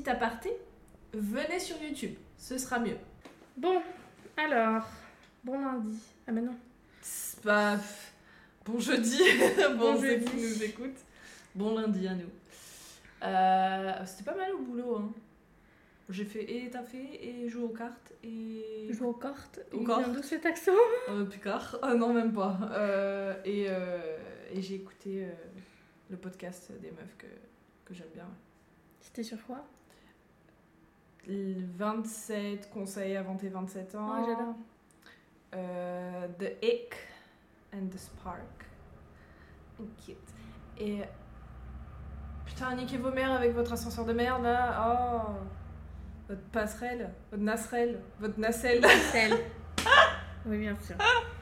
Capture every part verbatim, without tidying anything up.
petit aparté, venez sur YouTube, ce sera mieux. Bon, alors, bon lundi. Ah mais non. C'est pas... Bon jeudi, bon, Bon ceux jeudi. qui nous écoutent. Bon lundi à nous. Euh, c'était pas mal au boulot, hein. J'ai fait et taffer et jouer aux cartes et... Je joue aux cartes. Aux Il cartes. vient d'où cet accent? Euh, Picard. Ah non, même pas. Euh, et, euh, et j'ai écouté euh, le podcast des meufs que, que j'aime bien. C'était sur quoi? Le vingt-sept conseils avant tes vingt-sept ans. Ouais, j'adore. Euh, the Ick and the Spark. And cute. Et... Putain, niquez vos mères avec votre ascenseur de merde, là. Oh. Votre passerelle, votre nasserelle, votre nacelle. Celle. Oui, bien sûr.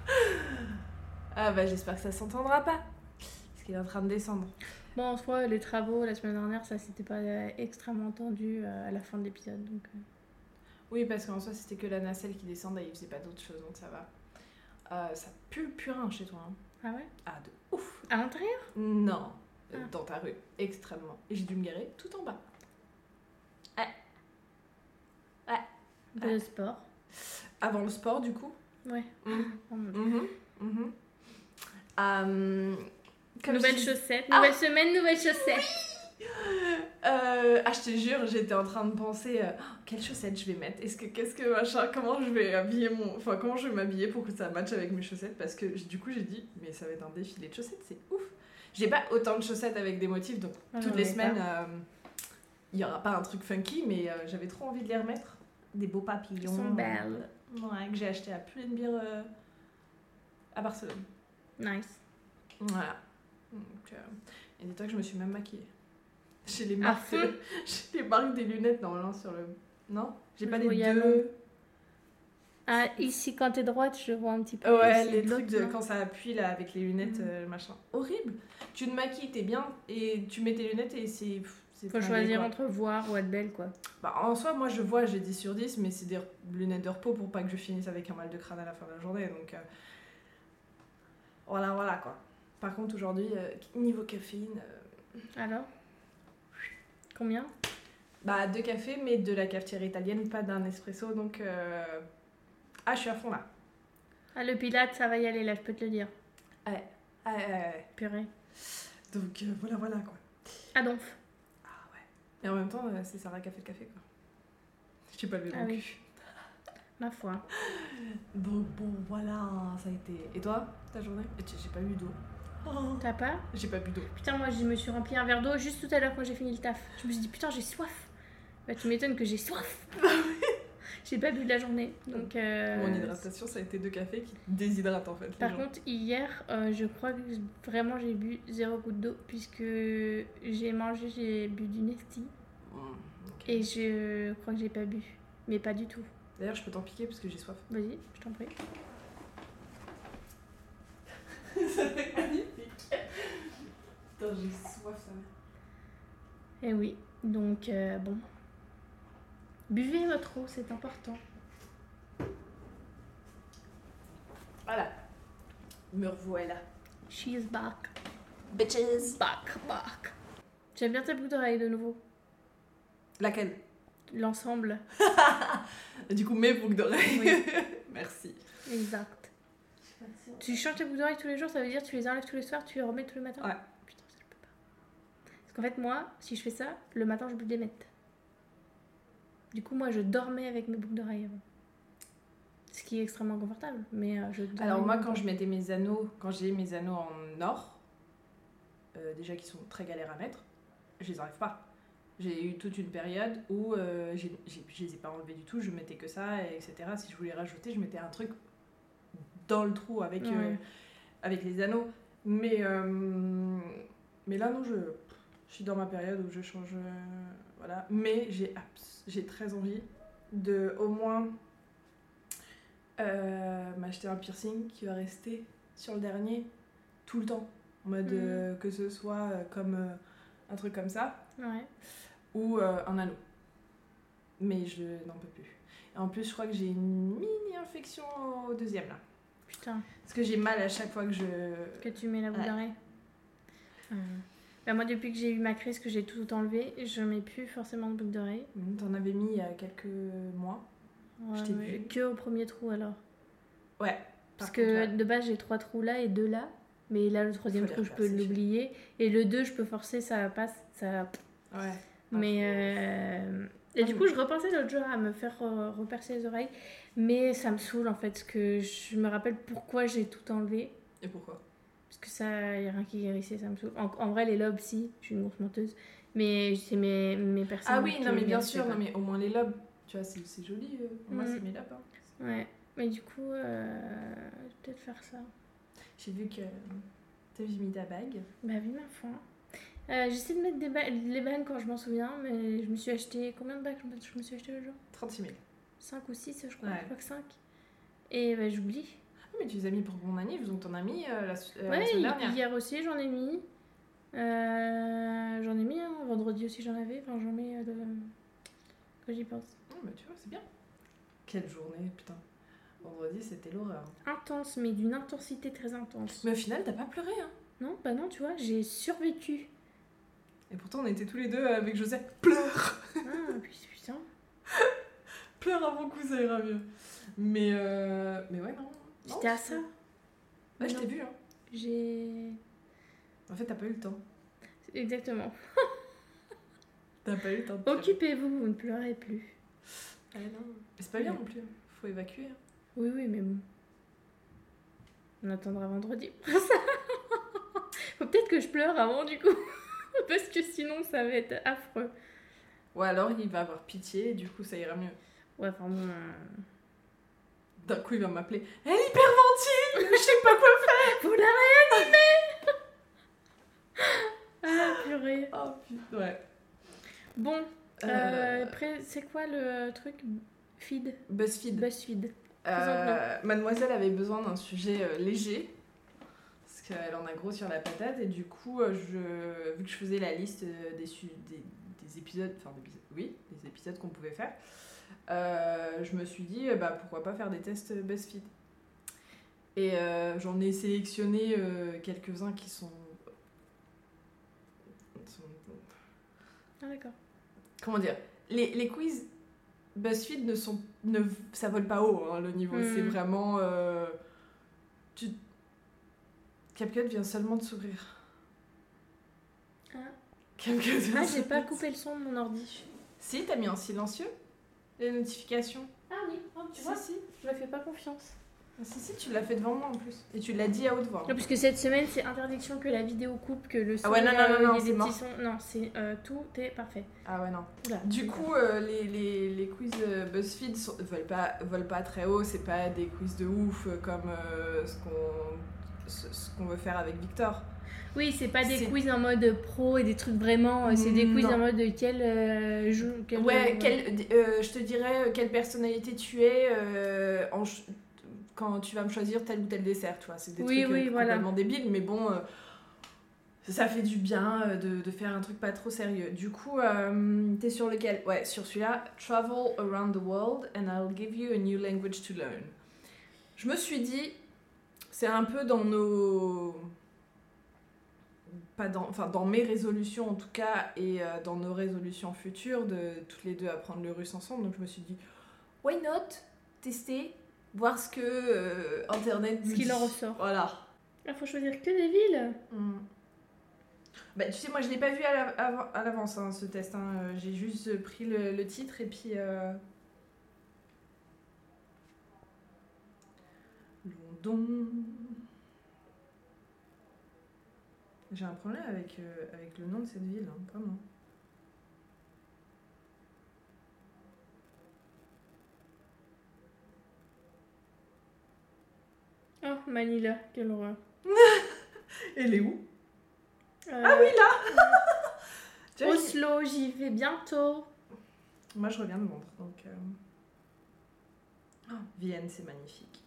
Ah bah j'espère que ça s'entendra pas. Parce qu'il est en train de descendre. Bon, en soi, les travaux la semaine dernière, ça s'était pas euh, extrêmement tendu euh, à la fin de l'épisode. Donc, euh... Oui, parce qu'en soi, c'était que la nacelle qui descendait, il faisait pas d'autre chose, donc ça va. Euh, ça pue le purin chez toi. Hein. Ah ouais? Ah, de ouf. À l'intérieur? Non, Ah. dans ta rue, extrêmement. Et j'ai dû me garer tout en bas. Ouais. Ouais. De sport. Avant le sport, du coup. Ouais. Mmh. Oh mon Dieu. Mhm, mhm. Euh, comme Nouvelle je dis- chaussette. Ah. Nouvelle semaine, nouvelle chaussette. Euh, ah, je te jure, j'étais en train de penser euh, oh, quelles chaussettes je vais mettre. Est-ce que qu'est-ce que machin, comment je vais habiller mon, enfin comment je vais m'habiller pour que ça matche avec mes chaussettes parce que du coup j'ai dit mais ça va être un défilé de chaussettes, c'est ouf. J'ai pas autant de chaussettes avec des motifs donc Ah, toutes j'en les ai semaines pas. il euh, y aura pas un truc funky mais euh, j'avais trop envie de les remettre. Des beaux papillons. Ils sont belles. Ouais, que j'ai acheté à Pull&Bear euh, à Barcelone. Nice. Voilà. Donc, euh, et dis-toi que je me suis même maquillée. J'ai les À marques, fond. de- j'ai les marques des lunettes normalement sur le. Non, j'ai pas Je les voyais deux. Ah, ici, quand t'es droite, je vois un petit peu. Ouais, Ici, les de trucs de l'autre, quand ça appuie là avec les lunettes, Mm. euh, machin. Horrible. Tu te maquilles, t'es bien et tu mets tes lunettes et c'est. pff, c'est faut flingué, choisir quoi. entre voir ou être belle, quoi. Bah, en soi, moi je vois, j'ai dix sur dix, mais c'est des r- lunettes de repos pour pas que je finisse avec un mal de crâne à la fin de la journée. Donc. euh, Voilà, voilà quoi. Par contre, aujourd'hui, euh, niveau caféine. euh, Alors? Combien? Bah, deux cafés, mais de la cafetière italienne, pas d'un espresso, donc... euh, Ah, je suis à fond, là. Ah, le Pilate, ça va y aller, là, je peux te le dire. Ah, ouais, ouais. Purée. Donc, euh, voilà, voilà, quoi. Ah, donc. Ah, ouais. Et en même temps, euh, c'est Sarah qui a fait le café, quoi. Je t'ai pas levé Ah mon oui. cul. Ma foi. Donc, bon, voilà, ça a été... Et toi, ta journée? Et tu- J'ai pas bu d'eau. Oh, T'as pas? j'ai pas bu d'eau. Putain, moi, je me suis rempli un verre d'eau juste tout à l'heure quand j'ai fini le taf. Je me suis dit, putain, j'ai soif. Bah, tu m'étonnes que j'ai soif. J'ai pas bu de la journée. Donc, euh, Mon hydratation, ça a été deux cafés qui te déshydratent, en fait, les Par gens. contre, hier, euh, je crois que vraiment j'ai bu zéro goutte d'eau puisque j'ai mangé, j'ai bu du Nesti Mm, ok. et je crois que j'ai pas bu. Mais pas du tout. D'ailleurs, je peux t'en piquer parce que j'ai soif. Vas-y, je t'en prie. Ça va être magnifique. Putain, j'ai soif, ça. Et oui, donc euh, bon. Buvez votre eau, c'est important. Voilà. Me revoilà. She is back. Bitches. Back, back. J'aime bien ta boucle d'oreille de nouveau. Laquelle? L'ensemble. Du coup, mes boucles d'oreilles. Oui. Merci. Exact. Tu changes tes boucles d'oreilles tous les jours, ça veut dire que tu les enlèves tous les soirs, tu les remets tous les matins? Ouais. Putain, ça je peux pas. Parce qu'en fait, moi, si je fais ça, le matin, je peux les mettre. Du coup, moi, je dormais avec mes boucles d'oreilles avant. Ce qui est extrêmement confortable, mais euh, je dormais Alors moi, longtemps. quand je mettais mes anneaux, quand j'ai mes anneaux en or, euh, déjà qui sont très galères à mettre, je les enlève pas. J'ai eu toute une période où euh, j'ai, j'ai, je les ai pas enlevés du tout, je mettais que ça, et etc. Si je voulais rajouter, je mettais un truc dans le trou avec, euh, Ouais. avec les anneaux. Mais, euh, mais là, non, je, je suis dans ma période où je change. euh, voilà. Mais j'ai, abs- j'ai très envie de au moins euh, m'acheter un piercing qui va rester sur le dernier tout le temps. En mode Mhm. euh, que ce soit euh, comme euh, un truc comme ça Ouais. ou euh, un anneau. Mais je n'en peux plus. Et en plus, je crois que j'ai une mini-infection au deuxième là. Putain, Parce que j'ai mal à chaque fois que je. que tu mets la boucle Ouais. d'oreille. Hum. Bah, moi, depuis que j'ai eu ma crise, que j'ai tout enlevé, je mets plus forcément de boucle d'oreille. Mmh, T'en avais mis il y a quelques mois. Ouais, Je t'ai mais vu. que au premier trou alors. Ouais. Parce Par que contre, là, de base, j'ai trois trous là et deux là. Mais là, le troisième Faut les trou, je peux replacer, l'oublier. Et le deux, je peux forcer, ça passe. Ça... ouais. Mais. faut- euh, Et Ah, du mais- coup, je repensais l'autre jour à me faire euh, repercer les oreilles. Mais ça me saoule en fait. Parce que je me rappelle pourquoi j'ai tout enlevé. Et pourquoi? Parce que ça, y a rien qui guérissait, ça me saoule. En, en vrai, les lobes, si, je suis une grosse menteuse. Mais c'est mes, mes personnes. Ah oui, qui non, mais bien guérissaient sûr, pas. non, mais au moins les lobes. Tu vois, c'est c'est joli. euh, Pour moi, Mm. c'est mes lobes. hein. Ouais. Mais du coup, euh, je vais peut-être faire ça. J'ai vu que t'avais mis ta bague. Bah oui, ma foi. Euh, J'essaie de mettre des ba- les bagues quand je m'en souviens, mais je me suis acheté. Combien de bagues je me- je me suis acheté le jour trente-six mille. cinq ou six, je crois. Ouais. Je crois que cinq. Et bah, j'oublie. Ah, mais tu les as mis pour mon anniv, donc t'en as mis euh, la, euh, la Ouais, semaine hi- dernière. hier aussi, j'en ai mis. Euh, j'en ai mis, hein. Vendredi aussi, j'en avais. Enfin, j'en mets euh, de... quand j'y pense. Ah, bah tu vois, c'est bien. Quelle journée, putain. Vendredi, c'était l'horreur. Intense, mais d'une intensité très intense. Mais au final, t'as pas pleuré, hein. Non, bah non, tu vois, j'ai survécu. Et pourtant, on était tous les deux avec Joseph. Pleure Ah, puis putain. Pleure avant coup, ça ira mieux. Mais, euh... mais ouais, non. non J'étais à ça. Ouais, je Non. t'ai vu, hein. J'ai. En fait, t'as pas eu le temps. Exactement. T'as pas eu le temps de pleurer. Occupez-vous, vous ne pleurez plus. Ah, non. Mais c'est pas bien non plus. Faut évacuer. hein. Oui, oui, mais bon. On attendra vendredi pour ça. Faut peut-être que je pleure avant, du coup. Parce que sinon, ça va être affreux. Ou alors, il va avoir pitié et du coup, ça ira mieux. Ouais, enfin bon. euh, D'un coup, il va m'appeler. Elle hyperventile. Je sais pas quoi faire. Faut la réanimer. Ah, purée. Oh putain. Ouais. Bon, euh, Euh, après, c'est quoi le truc Feed BuzzFeed. BuzzFeed. Euh, Mademoiselle avait besoin d'un sujet euh, léger parce qu'elle en a gros sur la patate et du coup euh, je, vu que je faisais la liste euh, des, su- des, des épisodes enfin des, épisodes- oui des épisodes qu'on pouvait faire euh, je me suis dit euh, bah pourquoi pas faire des tests BuzzFeed et euh, j'en ai sélectionné euh, quelques-uns qui sont, sont Ah, d'accord. comment dire les, les quiz BuzzFeed ne sont ne ça vole pas haut hein, le niveau Mm. c'est vraiment euh, tu CapCut vient seulement de s'ouvrir. Ah, CapCut vient ah j'ai pas seulement de coupé le son de mon ordi. Si, t'as mis en silencieux les notifications. Ah oui, oh, tu Si, vois, si. je me fais pas confiance. Ah, si, si, tu l'as fait devant moi en plus. Et tu l'as dit à haute voix. Non, puisque cette semaine, c'est interdiction que la vidéo coupe, que le son. Ah ouais, non, non, euh, non, non, il y ait c'est des mort. petits sons. Non, c'est euh, tout est parfait. Ah ouais, non. Oula. Du coup, euh, les, les, les quiz euh, BuzzFeed sont, volent, pas, volent pas très haut. C'est pas des quiz de ouf euh, comme euh, ce qu'on ce, ce qu'on veut faire avec Victor. Oui, c'est pas des C'est- quiz en mode pro et des trucs vraiment. euh, C'est des quiz Non. en mode quel euh, jeu. Quel, Ouais, euh, quel, euh, je te dirais euh, quelle personnalité tu es euh, en ch- quand tu vas me choisir tel ou tel dessert, tu vois. C'est des Oui, trucs oui, euh, voilà. complètement débiles, mais bon, euh, ça fait du bien euh, de, de faire un truc pas trop sérieux. Du coup, euh, t'es sur lequel? Ouais, sur celui-là, Travel around the world and I'll give you a new language to learn. Je me suis dit, c'est un peu dans nos... Pas dans, enfin, dans mes résolutions en tout cas, et euh, dans nos résolutions futures, de toutes les deux apprendre le russe ensemble. Donc je me suis dit, why not tester, voir ce que euh, Internet Ce nous qu'il dit. en ressort. Voilà. Il faut choisir que des villes. Mm. Bah, tu sais, moi je l'ai pas vu à la- avant- à l'avance hein, ce test. hein. Euh, J'ai juste pris le, le titre et puis. Euh... London. J'ai un problème avec, euh, avec le nom de cette ville, hein, vraiment. Oh, Manila, quelle horreur. Elle est où? Euh, Ah oui, là. Tu vois, j'y- Oslo, j'y vais bientôt. Moi je reviens de Londres, donc. euh, oh, Vienne, c'est magnifique.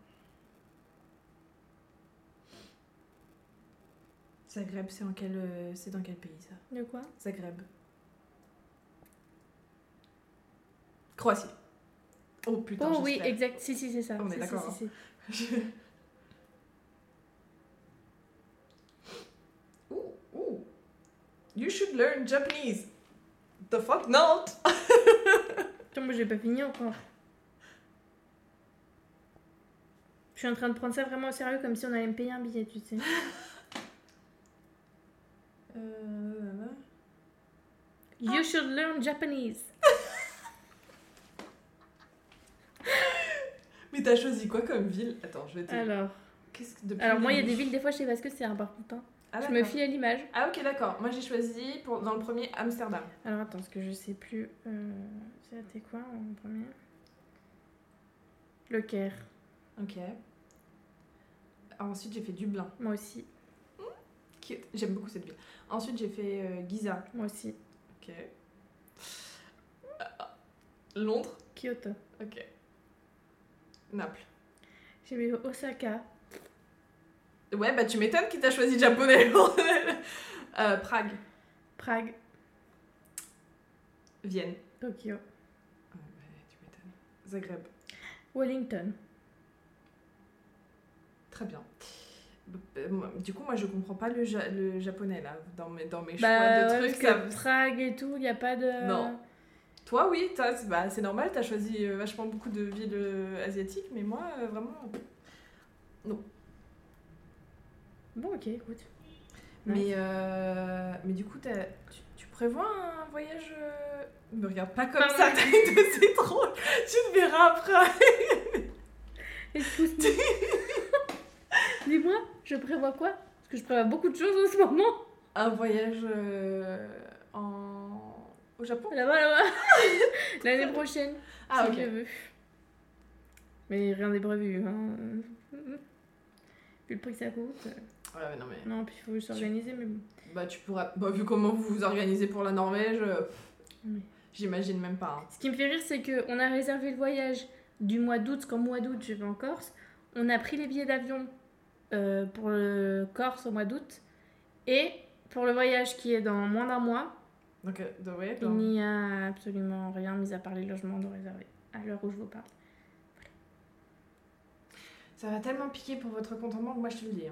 Zagreb, c'est en quel, euh, c'est dans quel pays ça? De quoi? Zagreb. Croatie. Oh putain, Oh oui, j'espère. exact. Si, si, c'est ça. On est Si, si, d'accord, si, hein. si. Je- ouh, ouh. You should learn Japanese. The fuck not. Attends, moi j'ai pas fini encore. Je suis en train de prendre ça vraiment au sérieux comme si on allait me payer un billet, tu sais. Euh... You Ah. should learn Japanese. Mais t'as choisi quoi comme ville? Attends, je vais te... Alors, Qu'est-ce que depuis alors le moi il y a début- des villes, des fois je sais pas ce que c'est, hein, par contre. Hein. Ah, Je me d'accord. fie à l'image. Ah ok, d'accord. Moi j'ai choisi pour... dans le premier Amsterdam. Alors attends, parce que je sais plus. Euh... C'était quoi en premier? Le Caire. Ok. Ensuite j'ai fait Dublin. Moi aussi. Cute. J'aime beaucoup cette ville. Ensuite j'ai fait euh, Giza. Moi aussi. Ok. Londres. Kyoto. Ok. Naples. J'ai mis Osaka. Ouais, bah tu m'étonnes qui t'a choisi japonais. euh, Prague. Prague. Vienne. Tokyo. Ouais, bah, tu m'étonnes. Zagreb. Wellington. Très bien. Euh, moi- Du coup, moi je comprends pas le, ja- le japonais là, dans mes, dans mes choix Bah de ouais, trucs. parce ça- que Prague et tout, il y a pas de... Non. Toi, oui, t'as- c'est bah, c'est normal, t'as choisi euh, vachement beaucoup de villes euh, asiatiques, mais moi, euh, vraiment. Bon, ok, écoute. Mais, euh, mais du coup, t'as- tu, tu prévois un voyage. euh, Me regarde pas comme Pardon. ça, c'est drôle. Tu te verras après. Excuse-moi. Dis-moi, je prévois quoi? Parce que je prévois beaucoup de choses en ce moment. Un voyage euh, en... au Japon. Là-bas, là-bas. L'année prochaine. Ah, si ok. je veux. Mais rien n'est prévu. Hein. Vu le prix que ça coûte. Ouais, mais non, mais. Non, puis il faut s'organiser, mais bon. Bah, tu pourras. Bah, vu comment vous vous organisez pour la Norvège, euh, Oui. j'imagine même pas. hein. Ce qui me fait rire, c'est qu'on a réservé le voyage du mois d'août, parce qu'en mois d'août, je vais en Corse. On a pris les billets d'avion euh, pour le Corse au mois d'août. Et pour le voyage qui est dans moins d'un mois, Donc, euh, de- ouais, il dans- n'y a absolument rien, mis à part les logements de réservés, à l'heure où je vous parle. ça va tellement piquer pour votre compte en banque, moi je te le dis. hein.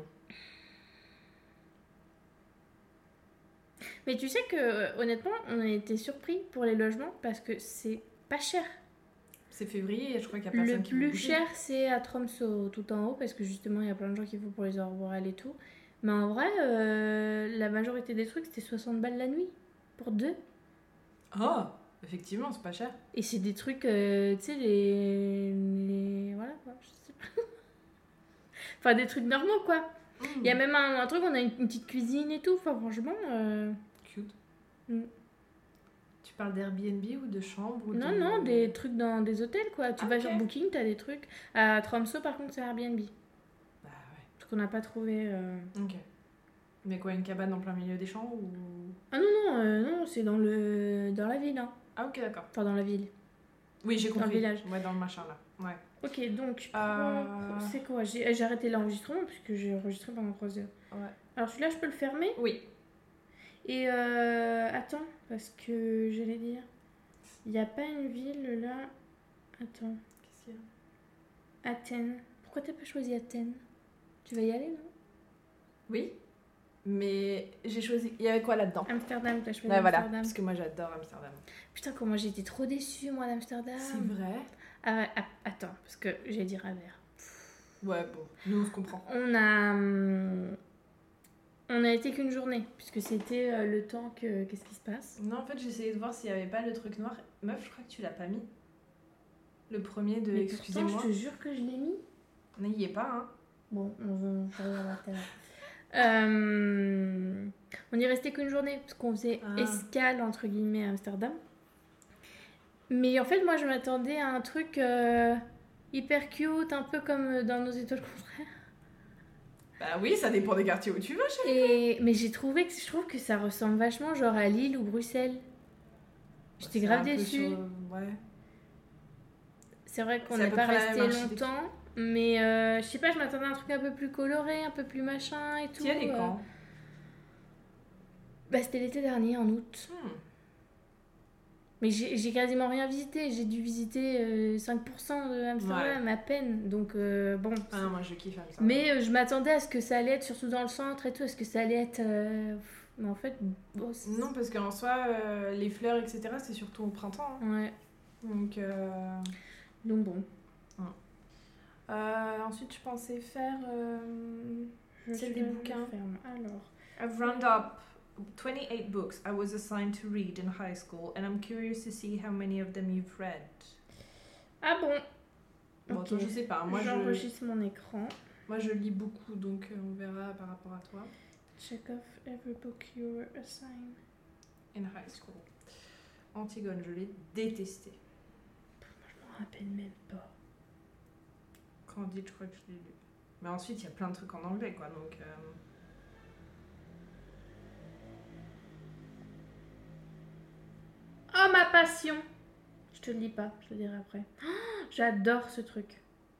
Mais tu sais que, euh, honnêtement, on a été surpris pour les logements parce que c'est pas cher. C'est février et je crois qu'il y a personne Le qui veut plus bouger. cher, c'est à Tromsø, tout en haut, parce que justement, il y a plein de gens qui vont pour les aurores boréales et tout. Mais en vrai, euh, la majorité des trucs, c'était soixante balles la nuit, pour deux. Oh, effectivement, c'est pas cher. Et c'est des trucs, euh, tu sais, les, les... Voilà, quoi, je sais pas. Enfin, des trucs normaux, quoi. Il y a même un, un truc, on a une, une petite cuisine et tout, enfin, franchement... euh, Cute. Mm. Tu parles d'Airbnb ou de chambre ou Non, de... non, des trucs dans des hôtels, quoi. Tu Ah, vas ok. sur Booking, t'as des trucs. À Tromsø, par contre, c'est Airbnb. Bah ouais. Parce qu'on n'a pas trouvé... euh, Ok. Mais quoi, une cabane en plein milieu des champs ou... Ah non, non, euh, non, c'est dans, le... dans la ville, hein. Ah ok, d'accord. Enfin, dans la ville. Oui, j'ai Dans le compris. village. Ouais, dans le machin là. Ouais. Ok, donc, Euh. pro- c'est quoi? J'ai j'ai arrêté l'enregistrement puisque j'ai enregistré pendant trois heures. Ouais. Alors celui-là, je peux le fermer. Oui. Et euh, attends, parce que j'allais dire, il n'y a pas une ville là. Attends, Qu'est-ce qu'il y a? Athènes. Pourquoi t'as pas choisi Athènes? Tu vas y aller, non? Oui. Mais j'ai choisi... Il y avait quoi là-dedans? Amsterdam, t'as choisi Ouais, voilà. Amsterdam. Parce que moi j'adore Amsterdam. Putain, comment j'ai été trop déçue, moi, d'Amsterdam. C'est vrai? Ah ouais, ah, attends, parce que j'allais dire à verre. Ouais, bon. Nous, on se comprend. On a... hum, On a été qu'une journée, puisque c'était euh, le temps que... Qu'est-ce qui se passe? Non, en fait, j'ai essayé de voir s'il n'y avait pas le truc noir. Meuf, je crois que tu l'as pas mis. Le premier de Mais pourtant, Excusez-moi. je te jure que je l'ai mis. N'y est pas, hein. Bon, on va on va regarder tout à l'heure. Euh, on y restait qu'une journée, parce qu'on faisait Ah. escale, entre guillemets, à Amsterdam. Mais en fait, moi, je m'attendais à un truc euh, hyper cute, un peu comme dans Nos étoiles contraires. Bah oui, ça dépend des quartiers où tu vas, chérie. Et... Mais j'ai trouvé que je trouve que ça ressemble vachement genre à Lille ou Bruxelles. J'étais C'est grave un peu déçue. sur- Ouais. C'est vrai qu'on C'est à n'est peu pas près la resté même architecture. longtemps, mais euh, je sais pas, je m'attendais à un truc un peu plus coloré, un peu plus machin et tout. Tu y allais euh. quand? Bah, c'était l'été dernier, en août. Hmm. Mais j'ai j'ai quasiment rien visité. J'ai dû visiter euh, cinq pour cent de Amsterdam à peine. Donc, euh, bon. Ah non, moi je kiffe Amsterdam. Mais euh, je m'attendais à ce que ça allait être, surtout dans le centre et tout, à ce que ça allait être euh, Mais en fait, bon, c'est- Non, parce qu'en soi, euh, les fleurs, et cetera, c'est surtout au printemps. hein. ouais. Donc, euh, Donc bon. euh, ensuite, je pensais faire euh, Je celle suis des à la bouquins. ferme. Alors. I've rounded up twenty-eight books I was assigned to read in high school, and I'm curious to see how many of them you've read. Ah bon. Bon, Ok. toi, je sais pas. Moi, je, J'enregistre mon écran. moi, je lis beaucoup, donc euh, on verra par rapport à toi. Check off every book you were assigned. In high school. Antigone, je l'ai détesté. Je m'en rappelle même pas. Candide, je crois que je l'ai lu. Mais ensuite, il y a plein de trucs en anglais, quoi, donc... euh, Oh, ma passion. Je te le dis pas, je te le dirai après. Oh, j'adore ce truc.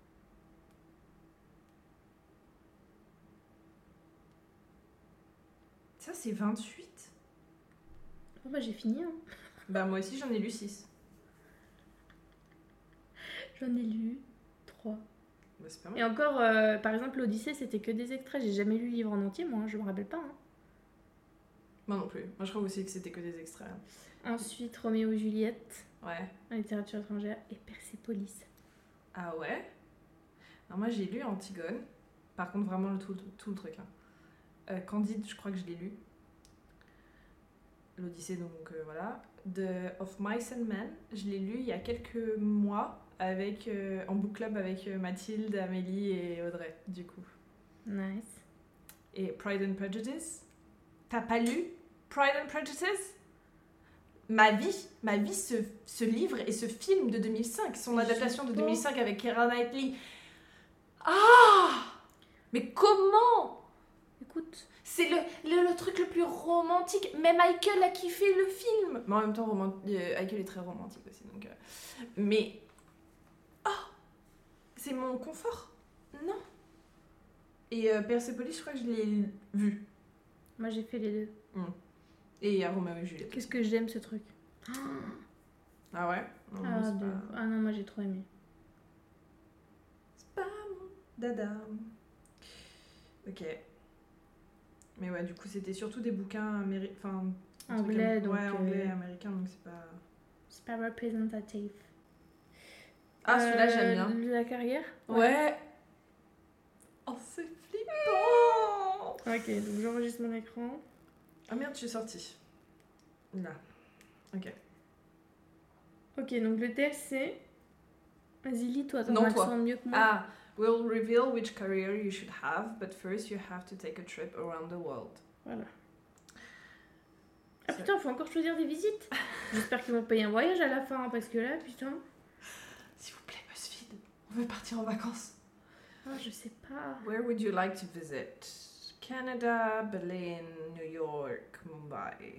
Ça, c'est vingt-huit. Oh bah j'ai fini. Hein. Bah, moi aussi, j'en ai lu six. J'en ai lu trois. Bah, c'est pas mal. Et encore, euh, par exemple, l'Odyssée, c'était que des extraits. J'ai jamais lu le livre en entier, moi, hein, je me rappelle pas. Hein. Moi non plus. Moi, je crois aussi que c'était que des extraits. Ensuite, Roméo et Juliette, Ouais. en littérature étrangère, et Persépolis. Ah ouais? Non, moi, j'ai lu Antigone. Par contre, vraiment, le, tout, tout, tout le truc. Hein. Euh, Candide, je crois que je l'ai lu. L'Odyssée, donc euh, voilà. The Of Mice and Men, je l'ai lu il y a quelques mois avec, euh, en book club avec euh, Mathilde, Amélie et Audrey, du coup. Nice. Et Pride and Prejudice. T'as pas lu Pride and Prejudice? Ma vie, ma vie, ce, ce livre et ce film de deux mille cinq, son Je adaptation de sais deux pas. mille cinq avec Keira Knightley. Ah! Mais comment? Écoute, C'est le, le, le truc le plus romantique. Mais Michael a kiffé le film. Mais en même temps, romant- euh, Michael est très romantique aussi. Donc, euh, mais... Oh! C'est mon confort. Non. Et euh, Persepolis, je crois que je l'ai vu. moi j'ai fait les deux. Et il y a Roméo et Juliette. Qu'est-ce que j'aime ce truc. Ah ouais? Non, Ah, c'est de- pas- ah non, moi j'ai trop aimé. C'est pas mon dada. Ok. Mais ouais, du coup, c'était surtout des bouquins américains. Enfin, des trucs Anglais, am- donc. Ouais, anglais, euh, américain, donc c'est pas. c'est pas représentatif. Ah, celui-là, Euh, j'aime bien. La carrière. Ouais. Oh, c'est flippant. Ok, donc j'enregistre mon écran. Ah merde, je suis sortie. Là. Ok. Ok, donc le texte c'est. Vas-y, lis-toi, ton Non, toi. accent mieux que moi. Ah, we'll reveal which career you should have, but first you have to take a trip around the world. Voilà. Ah C'est- putain, faut encore choisir des visites. J'espère qu'ils vont payer un voyage à la fin, hein, parce que là, putain. S'il vous plaît, BuzzFeed, on veut partir en vacances. Ah, je sais pas. Where would you like to visit? Canada, Berlin, New York, Mumbai.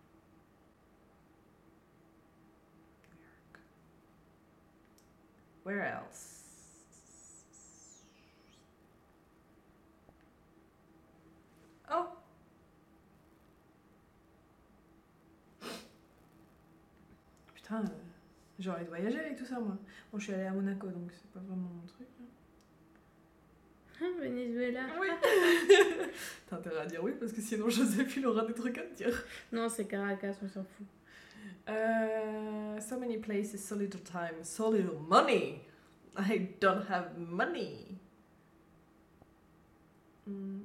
Where else? Oh! Putain, euh, j'ai envie de voyager avec tout ça, moi. Bon, je suis allée à Monaco, donc c'est pas vraiment mon truc. hein. Ah, Venezuela. Oui! T'as intérêt à dire oui, parce que sinon Joséphine aura des trucs à te dire. Non, c'est Caracas, on s'en fout. Uh, so many places, so little time, so little money. I don't have money. Hmm.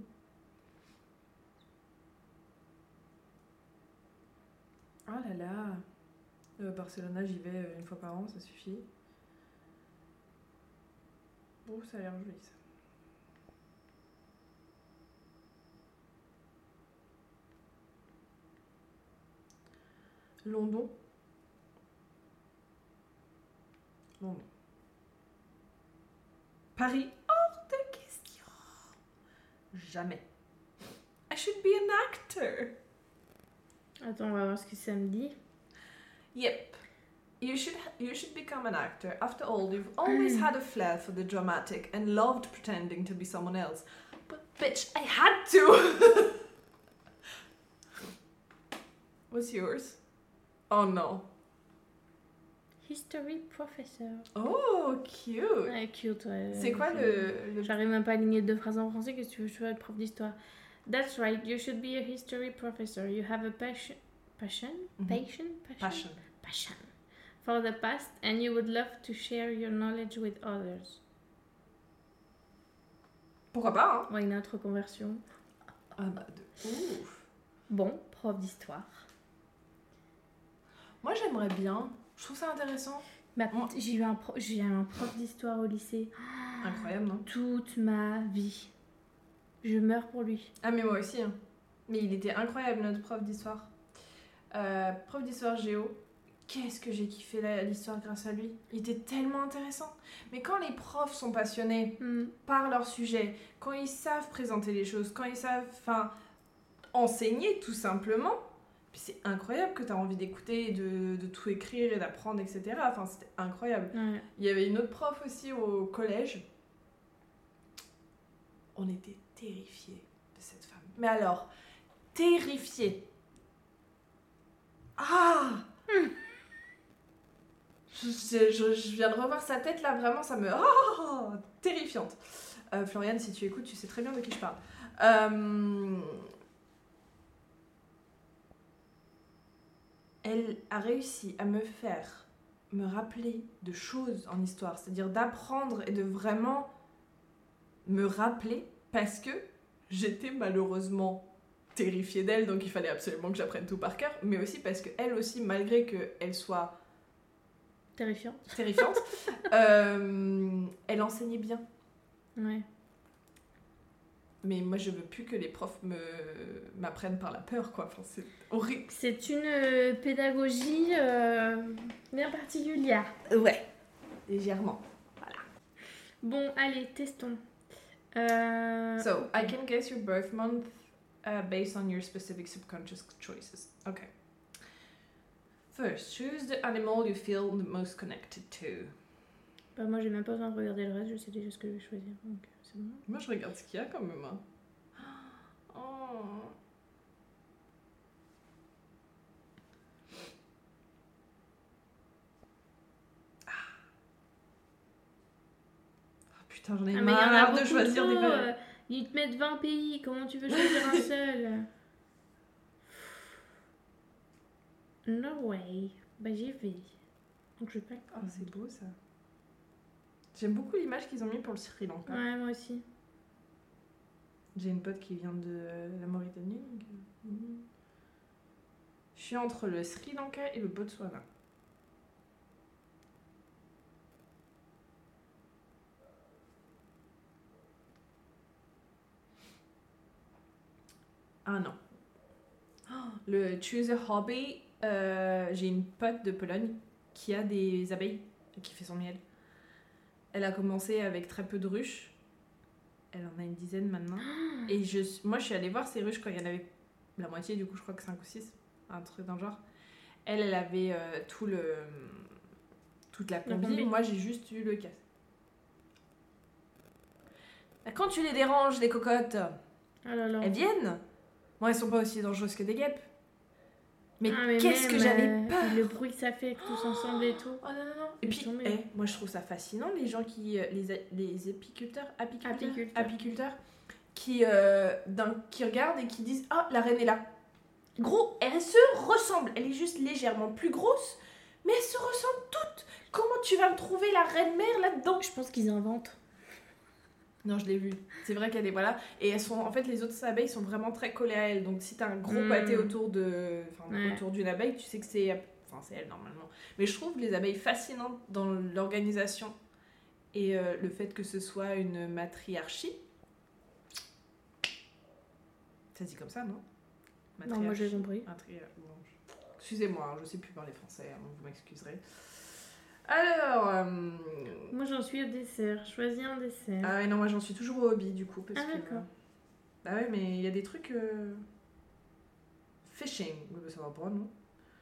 Oh là là. Euh, Barcelona, j'y vais euh, une fois par an, ça suffit. Oh, ça a l'air joli ça. London. London. Paris, hors de question. Jamais. I should be an actor. Attends, on va voir ce que ça me dit. Yep. You should you should become an actor. After all, you've always had a flair for the dramatic and loved pretending to be someone else. But bitch, I had to. What's yours? Oh no. History professor. Oh, cute. Ouais, cute, ouais. C'est quoi Je- le, le... J'arrive même pas à aligner deux phrases en français, qu'est-ce que tu veux, je veux être prof d'histoire. That's right, you should be a history professor. You have a passion, passion, Mhm. passion, passion, Passion. passion for the past, and you would love to share your knowledge with others. Pourquoi pas, hein? Ouais, une autre conversion. Ah bah, de ouf. Bon, prof d'histoire. Moi, j'aimerais bien. Je trouve ça intéressant. Bah, Moi- j'ai eu un, pro- j'ai eu un prof d'histoire au lycée Incroyable, non? toute ma vie. Je meurs pour lui. Ah, mais moi aussi, hein. Mais il était incroyable, notre prof d'histoire. Euh, prof d'histoire géo. Qu'est-ce que j'ai kiffé la- l'histoire grâce à lui. Il était tellement intéressant. Mais quand les profs sont passionnés Hmm. par leur sujet, quand ils savent présenter les choses, quand ils savent, enfin, enseigner tout simplement, puis c'est incroyable que tu as envie d'écouter, de, de tout écrire et d'apprendre, et cetera. Enfin, c'était incroyable. Ouais. Il y avait une autre prof aussi au collège. On était terrifiés de cette femme. Mais alors, terrifiés. Ah je, je- je- je viens de revoir sa tête là, vraiment, ça me... Ah terrifiante. Euh, Floriane, si tu écoutes, tu sais très bien de qui je parle. Euh, Elle a réussi à me faire me rappeler de choses en histoire, c'est-à-dire d'apprendre et de vraiment me rappeler parce que j'étais malheureusement terrifiée d'elle, donc il fallait absolument que j'apprenne tout par cœur, mais aussi parce qu'elle aussi, malgré qu'elle soit Terrifiant. terrifiante, euh, elle enseignait bien. Ouais. Mais moi, je veux plus que les profs me m'apprennent par la peur, quoi. Enfin, c'est horrible. C'est une euh, pédagogie euh, bien particulière. Ouais. Légèrement. Bon, allez, testons. Euh, So, I can guess your birth month uh, based on your specific subconscious choices. Okay. First, choose the animal you feel the most connected to. Bah, moi, j'ai même pas besoin de regarder le reste, je sais déjà ce que je vais choisir. Donc, c'est bon. Moi, je regarde ce qu'il y a quand même. Hein. Oh. Ah. Oh, putain, j'en ai Ah, mais il y en a marre de beaucoup choisir trop, des euh, belles. Ils te mettent vingt pays, comment tu veux choisir un seul? Norway. Bah, j'y vais. Donc, je vais pas le Oh, prendre. c'est beau ça. J'aime beaucoup l'image qu'ils ont mis pour le Sri Lanka. Ouais, moi aussi. J'ai une pote qui vient de la Mauritanie. donc, euh, mhm. Je suis entre le Sri Lanka et le Botswana. Ah non. Oh, le Choose a Hobby, euh, j'ai une pote de Pologne qui a des abeilles et qui fait son miel. Elle a commencé avec très peu de ruches. Elle en a une dizaine maintenant. Et je, moi, je suis allée voir ces ruches quand il y en avait la moitié, du coup, je crois que cinq ou six, un truc dans le genre. Elle, elle avait euh, tout le, toute la La combi. combi. Moi, j'ai juste eu le casse. Quand tu les déranges, les cocottes, Oh là là. elles viennent. Bon, elles sont pas aussi dangereuses que des guêpes. Mais, Ah, mais qu'est-ce que même, j'avais euh, peur. le bruit que ça fait tous ensemble et tout. Oh non, non, non. Et Ils puis, sont mieux. eh, moi je trouve ça fascinant, les gens qui. euh, Les, a- les épiculteurs, apiculteurs, Apiculteurs. apiculteurs, qui, euh, d'un- qui regardent et qui disent ah, la reine est là. Gros, elle se ressemble. Elle est juste légèrement plus grosse, mais elles se ressemblent toutes. Comment tu vas me trouver la reine mère là-dedans? Je pense qu'ils inventent. Non, je l'ai vu. C'est vrai qu'elle est voilà. Et elles sont, en fait, les autres abeilles sont vraiment très collées à elle. Donc, si t'as un gros Mm. pâté autour de, enfin, Ouais. autour d'une abeille, tu sais que c'est, enfin, c'est elle normalement. Mais je trouve les abeilles fascinantes dans l'organisation et euh, le fait que ce soit une matriarchie. Ça se dit comme ça, non? Non, moi j'ai Matriarchie. compris. Matri- bon, je- Excusez-moi, hein, je sais plus parler français, hein, vous m'excuserez. Alors, euh, Moi j'en suis au dessert. Choisis un dessert. ah ouais, non, moi j'en suis toujours au hobby du coup. Parce Ah, que, d'accord. Bah ouais, mais il y a des trucs. euh, Fishing, oui, bah, ça va pas, non?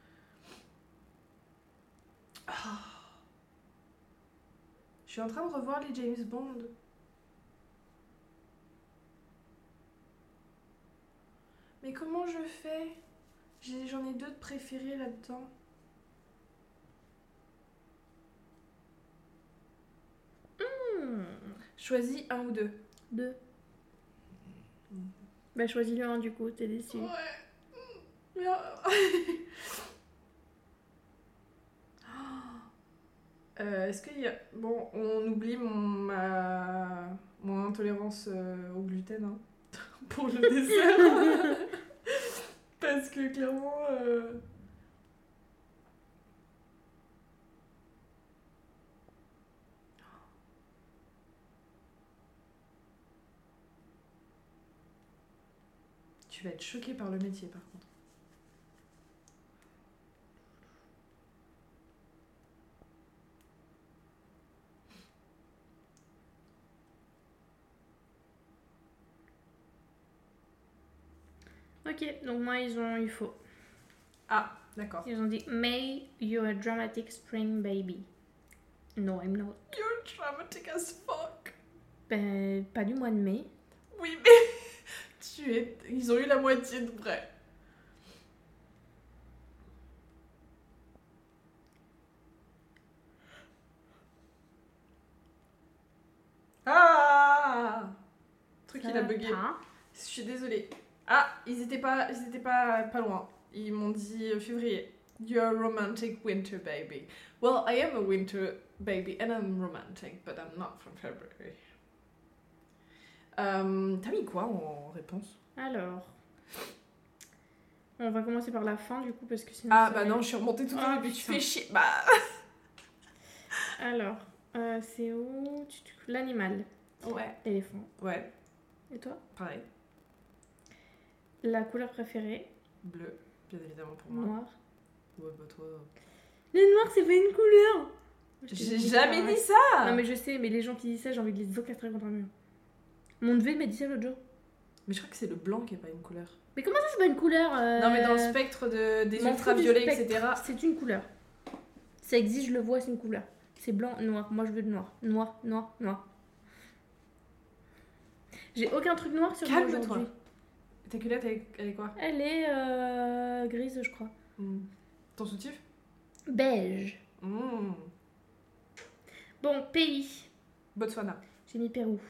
Ah. Je suis en train de revoir les James Bond. Mais comment je fais? J'ai- J'en ai deux de préférés là-dedans. Hmm. Choisis un ou deux. Deux. Bah, choisis le un du coup, t'es déçu. Ouais. Bien. Euh, Est-ce qu'il y a... Bon, on oublie mon, ma... mon intolérance euh, au gluten hein, pour le dessert. Parce que clairement... euh, Tu vas être choquée par le métier par contre. Ok, donc moi ils ont eu faux. Ah, d'accord. Ils ont dit May, you're a dramatic spring baby. No, I'm not. You're dramatic as fuck. Ben, pas du mois de mai. Oui, mais tu es... Ils ont eu la moitié de vrai. Ah Le truc, Ça il a va bugué. pas. Je suis désolée. Ah, ils étaient pas, ils étaient pas, pas loin. Ils m'ont dit euh, février. You're a romantic winter baby. Well, I am a winter baby and I'm romantic, but I'm not from February. Euh, T'as mis quoi en réponse? Alors, on va commencer par la fin du coup parce que sinon. Ah ça bah va non, être- je suis remontée tout Oh, à l'heure, mais tu putain. fais chier. Bah. Alors, euh, c'est où tu- tu- L'animal, Ouais. éléphant. Ouais, Et toi? pareil. La couleur préférée? Bleu, bien évidemment pour moi. Noir. Ouais, bah toi. Le noir, c'est pas une couleur! Moi, je t'ai J'ai dit jamais pareil. dit ça. Non mais je sais, mais les gens qui disent ça, j'ai envie de les encastrer contre un mur. Mon neveu m'a dit ça l'autre jour. Mais je crois que c'est le blanc qui est pas une couleur. Mais comment ça, c'est pas une couleur euh, Non mais dans le spectre de, des m'en fous du ultraviolets, spectre. et cetera. C'est une couleur. Ça existe, je le vois, c'est une couleur. C'est blanc, noir. Moi, je veux le noir. Noir, noir, noir. J'ai aucun truc noir sur moi Calme-toi. aujourd'hui. Ta culotte, elle, elle est quoi? Elle est euh, grise, je crois. Hmm. Ton soutif? Beige. Hmm. Bon, pays. Botswana. J'ai mis Pérou.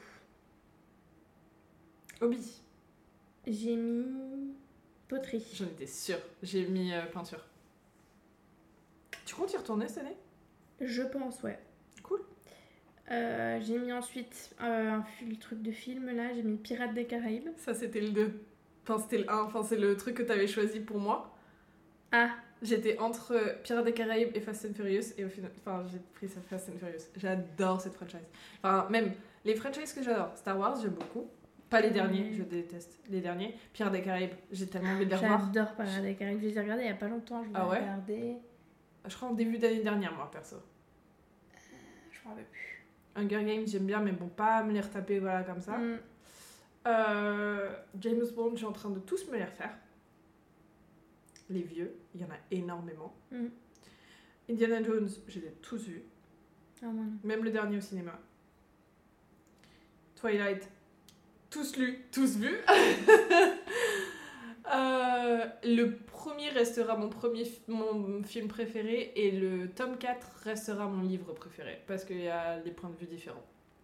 Obi. J'ai mis poterie. J'en étais sûre. J'ai mis euh, peinture. Tu comptes y retourner cette année? Je pense, ouais. Cool. Euh, j'ai mis ensuite euh, un fi- le truc de film là. J'ai mis Pirates des Caraïbes. Ça, c'était le deux. Enfin, c'était le un. Enfin, c'est le truc que t'avais choisi pour moi. Ah, J'étais entre euh, Pirates des Caraïbes et Fast and Furious. Et au final, enfin, j'ai pris ça Fast and Furious. J'adore cette franchise. Enfin, même les franchises que j'adore. Star Wars, j'aime beaucoup. Pas les Ouais. derniers, je déteste les derniers. Pirates des Caraïbes, j'ai tellement envie de les revoir. j'adore Pirates des Caraïbes. Je les ai regardés il y a pas longtemps. Je les ai Ah ouais regardés. Je crois en début d'année dernière, moi, perso. Je m'en rappelle plus. Hunger Games, j'aime bien, mais bon, pas me les retaper, voilà, comme ça. Mm. Euh, James Bond, je suis en train de tous me les refaire. Les vieux, il y en a énormément. Mm. Indiana Jones, je les ai tous vus. Ah, moi non. Même le dernier au cinéma. Twilight, tous lus, tous vus. Euh, le premier restera mon premier fi- mon film préféré et le tome quatre restera mon livre préféré parce qu'il y a des points de vue différents.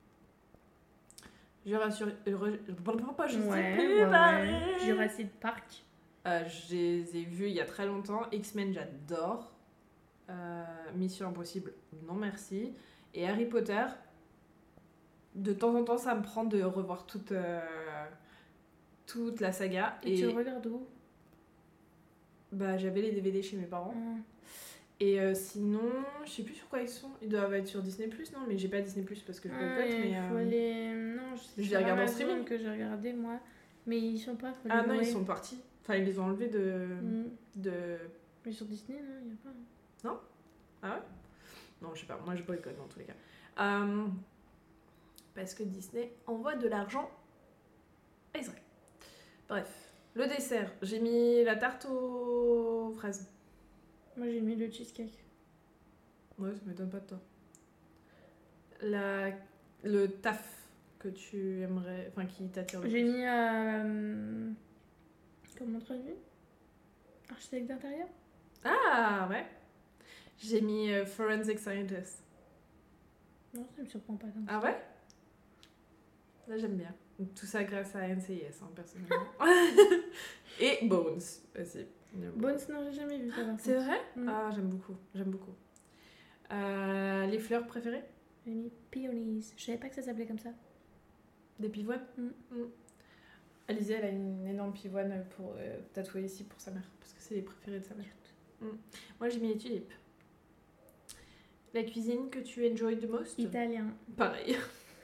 Jurassic Re- je sais Ouais, plus ouais, parler. ouais. Jurassic Park. Euh, je les ai vus il y a très longtemps. X-Men, j'adore. Euh, Mission Impossible, non merci. Et Harry Potter, de temps en temps, ça me prend de revoir toute, euh, toute la saga. Et, Et tu regardes où? bah, j'avais les D V D chez mes parents. Ah. Et euh, sinon, je sais plus sur quoi ils sont. Ils doivent être sur Disney plus, non? Mais j'ai pas Disney plus parce que je Ah, boycotte. il Mais, faut euh, les... Non, je je c'est les regarde en Amazon streaming. que j'ai regardé moi. Mais ils sont pas. faut Ah les non, ils louer. sont partis. Enfin, ils les ont enlevés de. Mm. de... Mais sur Disney, non, il y a pas. Ah ouais? Non, je sais pas, moi je boycotte dans tous les cas. Euh, parce que Disney envoie de l'argent à Israël. Bref, le dessert, j'ai mis la tarte aux fraises. Moi, j'ai mis le cheesecake. Ouais, ça m'étonne pas de toi. La... Le taf que tu aimerais, enfin qui t'attire le J'ai plus. mis. Euh... Comment on traduit? Architecte d'intérieur? Ah ouais. J'ai mis euh, Forensic Scientist. Non, ça me surprend pas tant. que Ah ça. ouais? Là j'aime bien. Donc, tout ça grâce à N C I S, hein, personnellement. Et Bones aussi. Bones, non, j'ai jamais vu ça. par C'est contre. vrai Mm. Ah, j'aime beaucoup, j'aime beaucoup. Euh, les fleurs préférées? J'ai mis Peonies. Je savais pas que ça s'appelait comme ça. Des pivoines? Mm. Mm. Alizée, elle a une énorme pivoine pour euh, tatouer ici pour sa mère, parce que c'est les préférés de sa mère. Mm. Moi, j'ai mis les tulipes. La cuisine que tu enjoy the most? Italien. Pareil.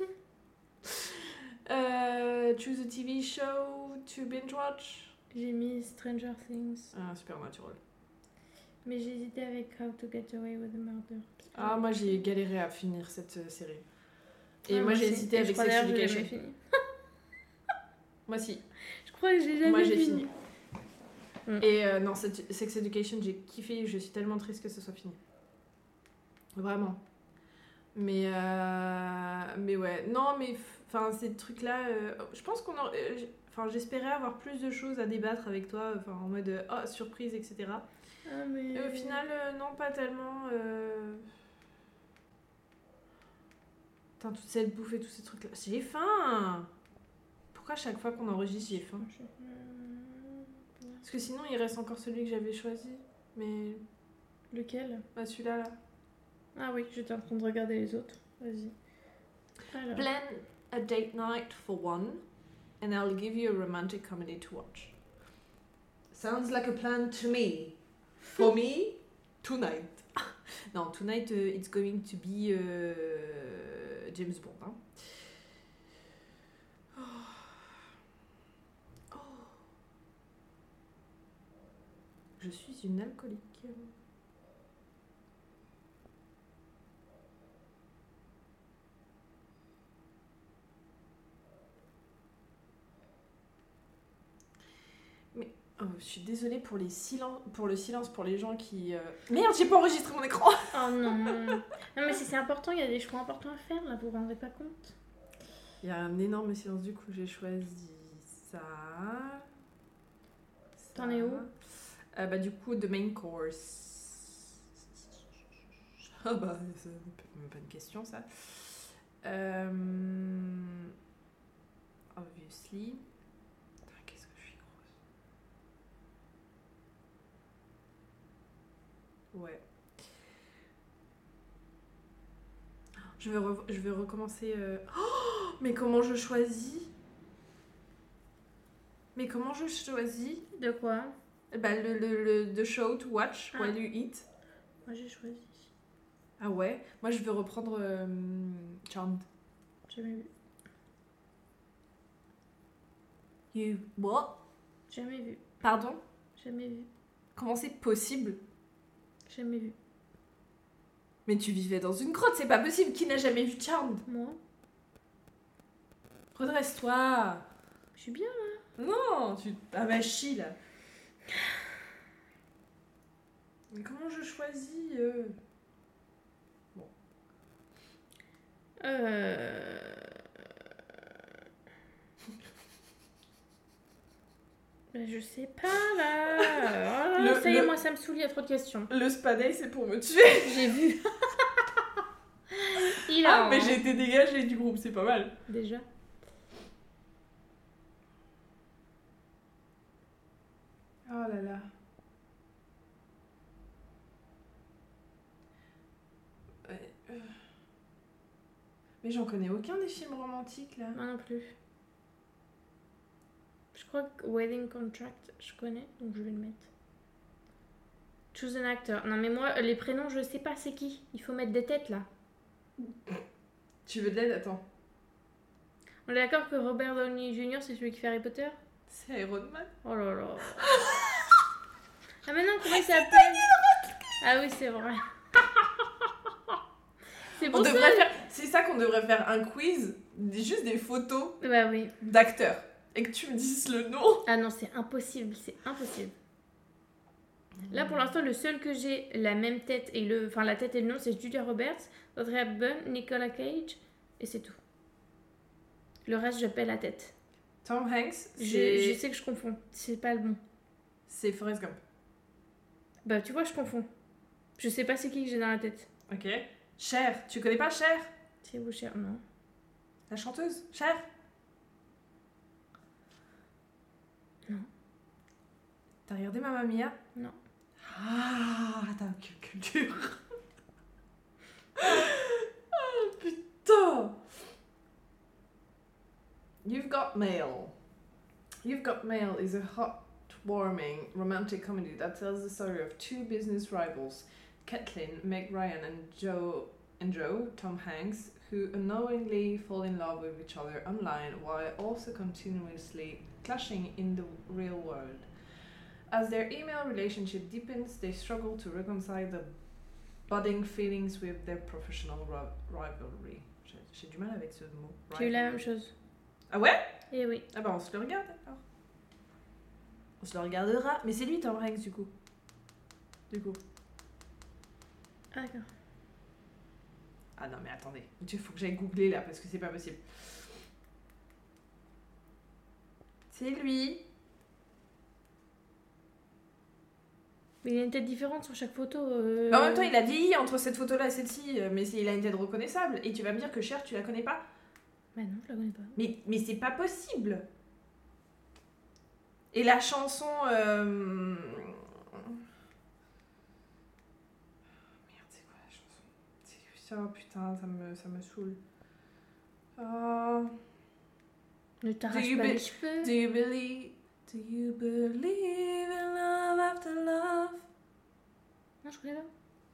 euh, choose a T V show to binge watch? J'ai mis Stranger Things. Ah, Supernatural. Mais j'ai hésité avec How to Get Away with a Murder. Ah, moi j'ai galéré à finir cette euh, série. Et Ah, moi j'ai aussi. hésité Et je avec crois Sex d'ailleurs que j'ai Education. jamais fini. Moi si. Je crois que j'ai jamais Moi j'ai fini. fini. Mm. Et euh, non, cette- Sex Education, j'ai kiffé. Je suis tellement triste que ce soit fini. Vraiment. Mais euh, mais ouais. Non, mais enfin ces trucs là. Je pense qu'on. aurait- euh, j'- Enfin, j'espérais avoir plus de choses à débattre avec toi. Enfin, en mode euh, oh surprise, et cetera. Ah, mais... Et au final, euh, non, pas tellement. Euh... Putain, toute cette bouffe et tous ces trucs-là. J'ai faim! Pourquoi à chaque fois qu'on enregistre, j'ai faim? Parce que sinon, il reste encore celui que j'avais choisi. Mais. Lequel? Bah, celui-là, là. Ah oui, j'étais en train de regarder les autres. Vas-y. Alors. Plan a date night for one, and I'll give you a romantic comedy to watch. Sounds like a plan to me. For me, tonight. Non, tonight, uh, it's going to be uh, James Bond. Hein. Oh. Oh. Je suis une alcoolique. Mais oh, je suis désolée pour, les silen- pour le silence, pour les gens qui... euh, Merde, j'ai pas enregistré mon écran. Oh non. Non, mais si c'est important, il y a des choix importants à faire là, vous vous rendez pas compte? Il y a un énorme silence, du coup j'ai choisi ça. T'en es où? Euh, Bah du coup, the main course. Ah bah, c'est même pas une question ça. Euh... Obviously. Putain, qu'est-ce que je suis grosse. Ouais. Je vais, re- je vais recommencer. euh, Oh, mais comment je choisis? Mais comment je choisis? De quoi? Bah, le, le, le the show to watch Ah. while you eat. Moi j'ai choisi. Ah ouais? Moi je vais reprendre euh, Charmed. Jamais vu. You what? Jamais vu. Pardon? Jamais vu. Comment c'est possible? Jamais vu. Mais tu vivais dans une grotte, c'est pas possible. Qui n'a jamais vu Charmed? Moi? Redresse-toi. Je suis bien là. Non, tu... Ah bah chie là. Mais comment je choisis euh... Euh... Ben, je sais pas là. Oh là, Le- ça y est, le- moi ça me saoule, il y a trop de questions. Le spa day, c'est pour me tuer. J'ai vu. Il a. Ah, mais j'ai été dégagée du groupe, c'est pas mal. Déjà. Oh là là. Ouais, euh. Mais j'en connais aucun des films romantiques là. Moi non plus. Je crois que Wedding Contract, je connais, donc je vais le mettre. Choose an actor. Non mais moi, les prénoms, je sais pas c'est qui. Il faut mettre des têtes là. Tu veux de l'aide? Attends. On est d'accord que Robert Downey junior c'est celui qui fait Harry Potter? C'est Iron Man. Oh là là. Ah mais non, comment il s'appelle? Ah oui, c'est vrai. C'est On pour ça. devrait faire... C'est ça qu'on devrait faire un quiz, des- juste des photos Bah oui. d'acteurs. Et que tu me dises le nom. Ah non, c'est impossible, c'est impossible. Là pour l'instant, le seul que j'ai la même tête et le, enfin la tête et le nom, c'est Julia Roberts, Audrey Hepburn, Nicolas Cage et c'est tout. Le reste, j'appelle la tête. Tom Hanks, Je, c'est... je sais que je confonds, c'est pas le bon. C'est Forrest Gump. Bah tu vois, je confonds. Je sais pas c'est qui que j'ai dans la tête. Ok. Cher, tu connais pas Cher? C'est vous, cher? Non. La chanteuse Cher? T'as regardé Mamma Mia? Non. Ah, t'as aucune culture. Oh, putain. You've Got Mail. You've Got Mail is a heartwarming romantic comedy that tells the story of two business rivals, Kathleen, Meg Ryan, and Joe and Joe, Tom Hanks, who unknowingly fall in love with each other online while also continuously clashing in the real world. As their email relationship deepens, they struggle to reconcile the budding feelings with their professional ri- rivalry. J'ai, j'ai du mal avec ce mot. J'ai eu la même chose. Ah ouais? Eh oui. Ah bah on se le regarde alors. On se le regardera. Mais c'est lui Tom Hanks du coup. Du coup. Ah d'accord. Ah non mais attendez. Il faut que j'aille googler là parce que c'est pas possible. C'est lui. Mais il a une tête différente sur chaque photo. Euh... Bah, en même temps, il a dit entre cette photo-là et celle-ci, mais il a une tête reconnaissable. Et tu vas me dire que Cher, tu la connais pas? Bah non, je la connais pas. Mais, mais c'est pas possible. Et la chanson... Euh... Merde, c'est quoi la chanson? C'est ça, putain, ça me, ça me saoule. Oh... Ne t'arrache you pas be- les cheveux. Do you believe... Do you believe in love after love? Non, je connais pas.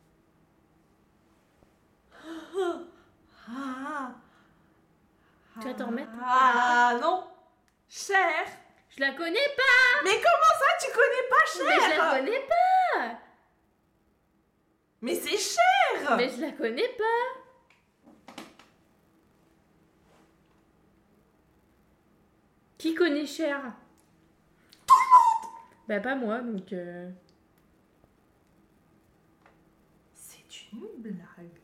Ah, Tu vas t'en remettre? Ah non, Cher. Je la connais pas. Mais comment ça, tu connais pas Cher? Mais je la connais pas. Mais c'est Cher. Mais je la connais pas. Qui connaît Cher? Tout le monde. Bah pas moi, donc... Euh... C'est une blague.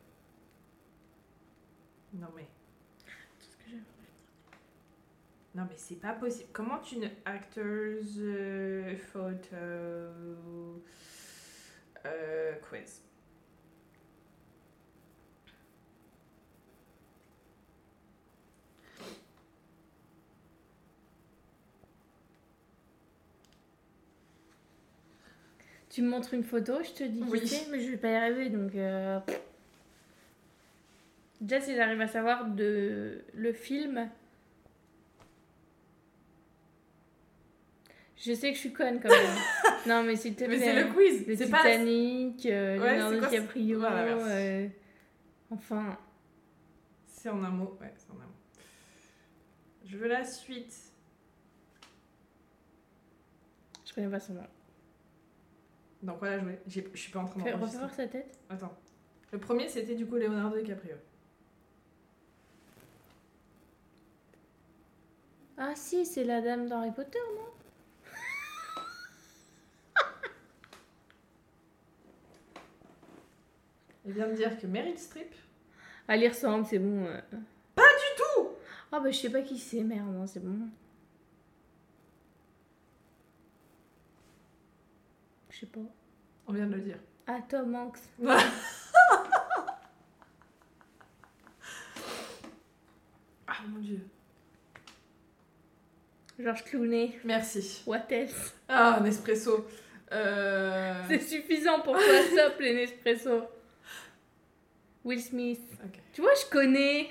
Non mais... tout ce que j'ai. Non mais c'est pas possible. Comment tu ne... Actors euh, photo... Euh, quiz. Tu me montres une photo, je te dis qui Oui. c'est, mais je vais pas y arriver, donc... Euh... Déjà, si j'arrive à savoir de le film... Je sais que je suis conne quand même. Non, mais s'il te plaît. Mais c'est le quiz. Le C'est Titanic, euh, Ouais, Leonardo c'est quoi, DiCaprio. Voilà, merci. euh, Enfin, C'est en un mot. Ouais, c'est en un mot. Je veux la suite. je connais pas son nom. Donc voilà, jouer. J'ai- Je suis pas en train Fais d'enregistrer. refaire sa tête. Attends. Le premier, c'était du coup Leonardo DiCaprio. Ah si, c'est la dame d'Harry Potter, non? Il vient de dire que Meryl Streep. Elle y ressemble, c'est bon. euh. Pas du tout. Ah bah je sais pas qui c'est, merde, non, c'est bon. Je sais pas. On vient de le dire. Ah, Tom Hanks. Ah mon dieu. George Clooney. Merci. What else? Ah, un espresso. Euh... C'est suffisant pour toi, stop les Nespresso. Will Smith. Ok. Tu vois, je connais.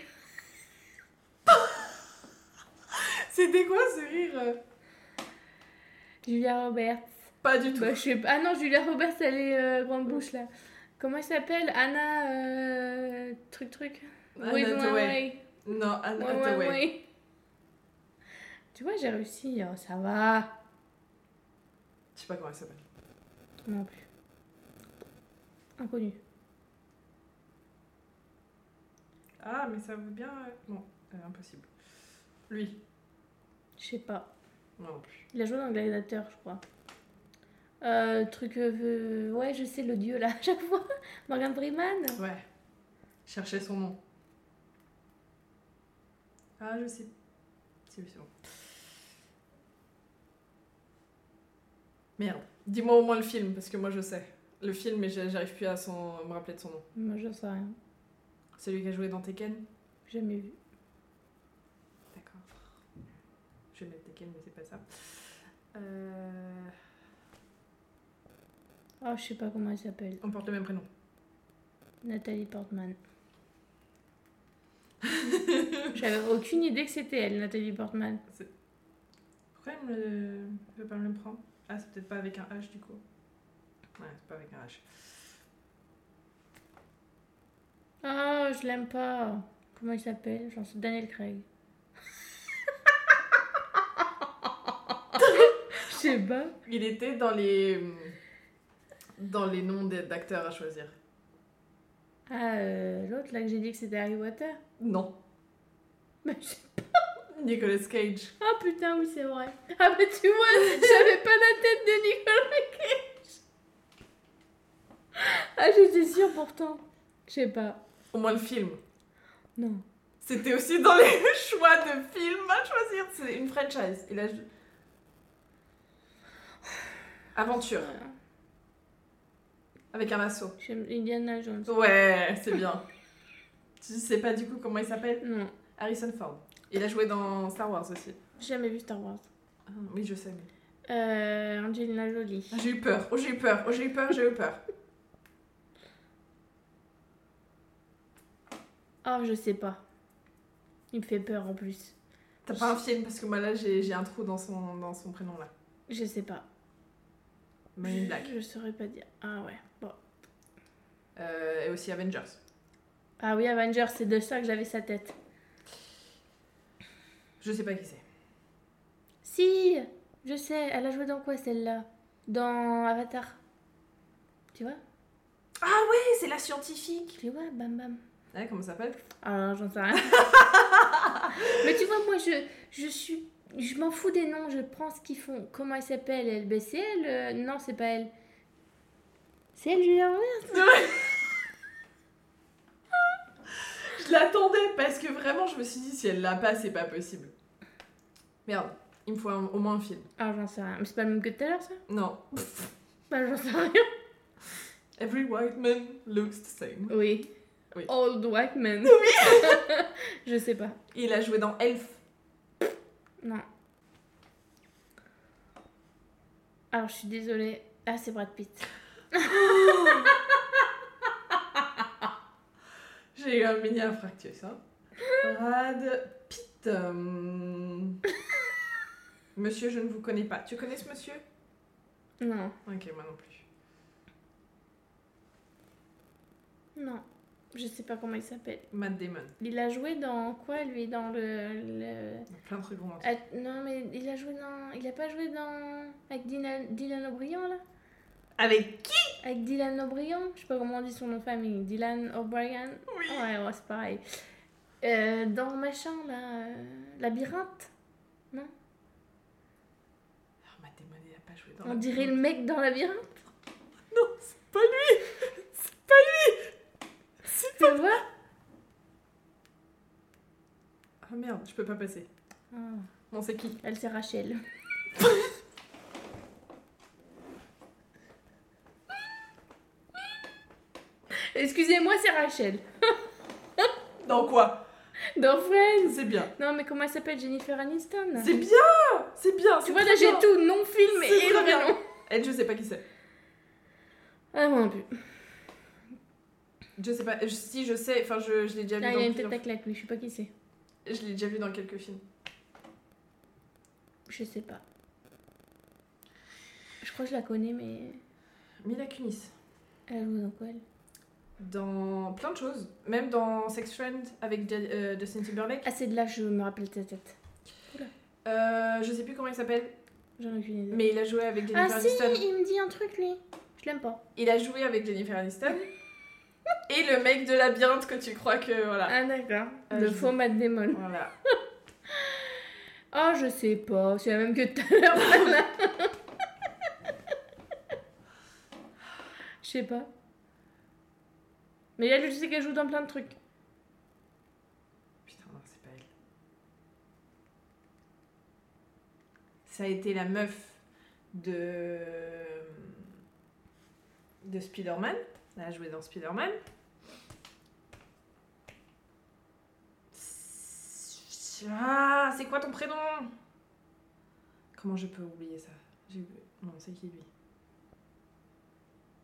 C'était quoi ce rire euh Julia Roberts. Pas du tout. Bah, je sais pas. Ah non, Julia Roberts, elle est euh, grande bouche là. Comment elle s'appelle? Anna. Euh... Truc truc. Anna With Hathaway. one way. Non, Anna One, one Hathaway. way. Tu vois, j'ai réussi. Oh, ça va. Je sais pas comment elle s'appelle. Non plus. Inconnu. Ah, mais ça veut bien. euh, Non, euh, impossible. Lui. Je sais pas. Non, non plus. Il a joué dans Gladiateur, je crois. Euh, truc. Euh, ouais, je sais, le dieu là, à chaque fois. Morgan Freeman. Ouais. Cherchez son nom. Ah, je sais. C'est c'est bon. Merde. Dis-moi au moins le film, parce que moi je sais. Le film, mais j'ai- j'arrive plus à son... me rappeler de son nom. Moi, je sais rien. Celui qui a joué dans Tekken. Jamais vu. D'accord. Je vais mettre Tekken, mais c'est pas ça. Euh... Oh, je sais pas comment elle s'appelle. On porte le même prénom. Nathalie Portman. J'avais aucune idée que c'était elle, Nathalie Portman. Pourquoi elle ne veut pas me le prendre? Ah, c'est peut-être pas avec un H du coup. Ouais, c'est pas avec un H. Ah, je l'aime pas. Comment il s'appelle? J'en sais Daniel Craig. Je sais pas. Il était dans les dans les noms d'acteurs à choisir. Ah, euh, l'autre là que j'ai dit que c'était Harry Potter. Non. Bah, je... Nicolas Cage. Ah putain, oui, c'est vrai. Ah bah tu vois, j'avais pas la tête de Nicolas Cage. Ah, j'étais sûre pourtant. Je sais pas. Au moins le film. Non. C'était aussi dans les choix de films à choisir. C'est une franchise. Et là, je... Aventure. Avec un assaut. J'aime Indiana Jones. Ouais, c'est bien. Tu sais pas du coup comment il s'appelle? Non. Harrison Ford. Il a joué dans Star Wars aussi. J'ai jamais vu Star Wars. Ah, oui, je sais. Mais... Euh, Angelina Jolie. J'ai eu peur. Oh, j'ai eu peur. Oh, j'ai eu peur. J'ai eu peur. Oh, je sais pas. Il me fait peur en plus. T'as pas un film? Parce que moi là, j'ai j'ai un trou dans son, dans son prénom là. Je sais pas. Mais une blague. Je saurais pas dire. Ah ouais. Bon. Euh, et aussi Avengers. Ah oui, Avengers, c'est de ça que j'avais sa tête. Je sais pas qui c'est. Si, je sais. Elle a joué dans quoi celle-là? Dans Avatar. Tu vois? Ah ouais, c'est la scientifique. Tu vois, bam bam. Ouais, comment ça s'appelle? Ah, j'en sais rien. Mais tu vois, moi, je, je suis... Je m'en fous des noms, je prends ce qu'ils font. Comment elle s'appelle, elle? Ben, c'est elle. euh, Non, c'est pas elle. C'est elle, Julia Roberts. Je l'attendais parce que vraiment, je me suis dit, si elle l'a pas, c'est pas possible. Merde, il me faut un- au moins un film. Ah, j'en sais rien. Mais c'est pas le même que tout à l'heure, ça? Non. Bah, j'en sais rien. Every white man looks the same. Oui. Oui. Old white man. Oui. Je sais pas. Il a joué dans Elf. Non. Alors, je suis désolée. Ah, c'est Brad Pitt. J'ai eu un mini infarctus, hein. Brad Pitt. euh, Monsieur, je ne vous connais pas. Tu connais ce monsieur? Non. Ok, moi non plus. Non. Je sais pas comment il s'appelle. Matt Damon. Il a joué dans quoi, lui? Dans le... le... Plein de trucs romantiques. Ah, non, mais il a joué dans... Il a pas joué dans... Avec Dylan, Dylan O'Brien, là? Avec qui? Avec Dylan O'Brien? Je sais pas comment on dit son nom de famille. Dylan O'Brien? Oui. Ouais, ouais, c'est pareil. Euh, dans machin, là... euh, Labyrinthe? Non? Oh, Matt Damon, il a pas joué dans On la- dirait le mec dans Labyrinthe? Non, c'est pas lui. C'est pas lui. C'est Tu vois? Ah merde, je peux pas passer. Ah, Bon, c'est qui? elle, c'est Rachel. Excusez-moi, c'est Rachel. Dans quoi? Dans Friends. C'est bien. Non, mais comment elle s'appelle? Jennifer Aniston. C'est bien. C'est bien. Tu vois, là, j'ai tout. Non, film C'est et très le bien. vrai nom. Elle, je sais pas qui c'est. Ah, moi non plus. Je sais pas. je- Si, je sais. Enfin, je, je l'ai déjà vu Ah, il dans a une plusieurs- tête à claque, lui. Je sais pas qui c'est. Je l'ai déjà vu dans quelques films. Je sais pas. Je crois que je la connais, mais... Mila Kunis. Elle joue dans quoi, elle? Dans plein de choses. Même dans Sex Friend avec Ja- euh, Justin Timberlake. Ah, c'est de là que je me rappelle ta tête. Euh, je sais plus comment il s'appelle. J'en ai aucune idée. Mais il a joué avec Ah Jennifer si, Aniston. il me dit un truc, lui. Je l'aime pas. Il a joué avec Jennifer Aniston. Et le mec de Labyrinthe que tu crois que. Voilà. Ah, d'accord. Euh, Le je- faux Matt Damon. Voilà. Ah, je sais pas. C'est la même que tout à l'heure. voilà. Je sais pas. Mais elle, je sais qu'elle joue dans plein de trucs. Putain, non, c'est pas elle. Ça a été la meuf de. de Spider-Man. Elle a joué dans Spider-Man. Ah, c'est quoi ton prénom? Comment je peux oublier ça? J'ai... Non, c'est qui lui?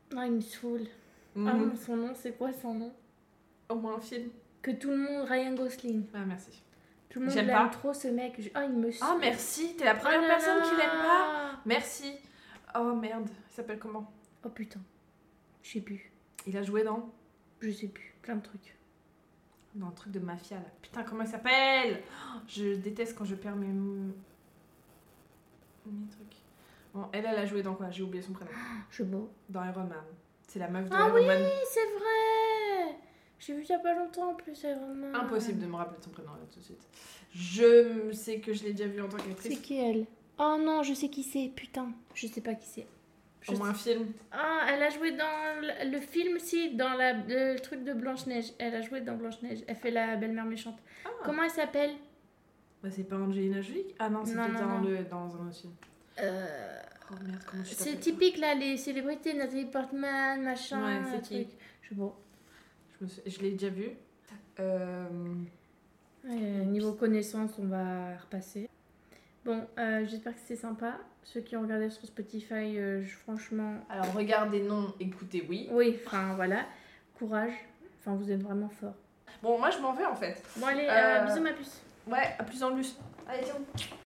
Non, il me saoule. Mhm. Ah non, son nom, c'est quoi son nom? Au moins un film. Que tout le monde, Ryan Gosling. Ah, merci. Tout le monde J'aime l'aime pas. trop, ce mec. Je- Ah, il me saoule. Ah, merci, t'es la première Oh là personne là. qui l'aime pas. Merci. Oh merde, il s'appelle comment? Oh putain. Je sais plus. Il a joué dans Je sais plus. Plein de trucs. Dans un truc de mafia là. Putain, comment il s'appelle? Oh, je déteste quand je perds mes. mes trucs. Bon, elle, elle a joué dans quoi? J'ai oublié son prénom. Je beau. Dans Iron Man. C'est la meuf de Ah Iron oui, Man. c'est vrai. J'ai vu il y a pas longtemps en plus, Iron Man. Impossible de me rappeler de son prénom là tout de suite. Je sais que je l'ai déjà vu en tant C'est qu'actrice. qui elle? Oh non, je sais qui c'est. Putain, je sais pas qui c'est. Je Au moins un sais- film. Ah, elle a joué dans le, le film, si, dans la, le truc de Blanche-Neige. Elle a joué dans Blanche-Neige. Elle fait la belle-mère méchante. Ah. Comment elle s'appelle? Bah, c'est pas Angelina Jolie? Ah non, c'était Non, non, dans, non. le, dans un autre film. Euh, Oh merde, comment tu C'est t'appelles? typique là, les célébrités, Nathalie Portman, machin. Ouais, c'est un qui? truc. Je sais pas. Je, me suis- je l'ai déjà vu. Euh... Euh, niveau connaissance, on va repasser. Bon, euh, j'espère que c'est sympa. Ceux qui ont regardé sur Spotify, euh, je- franchement, Alors, regardez, non, écoutez, oui. oui, enfin voilà, courage. Enfin, vous êtes vraiment forts. Bon, moi, je m'en vais en fait. Bon, allez, Euh, euh, bisous ma puce. Ouais, à plus en plus. Allez, tiens.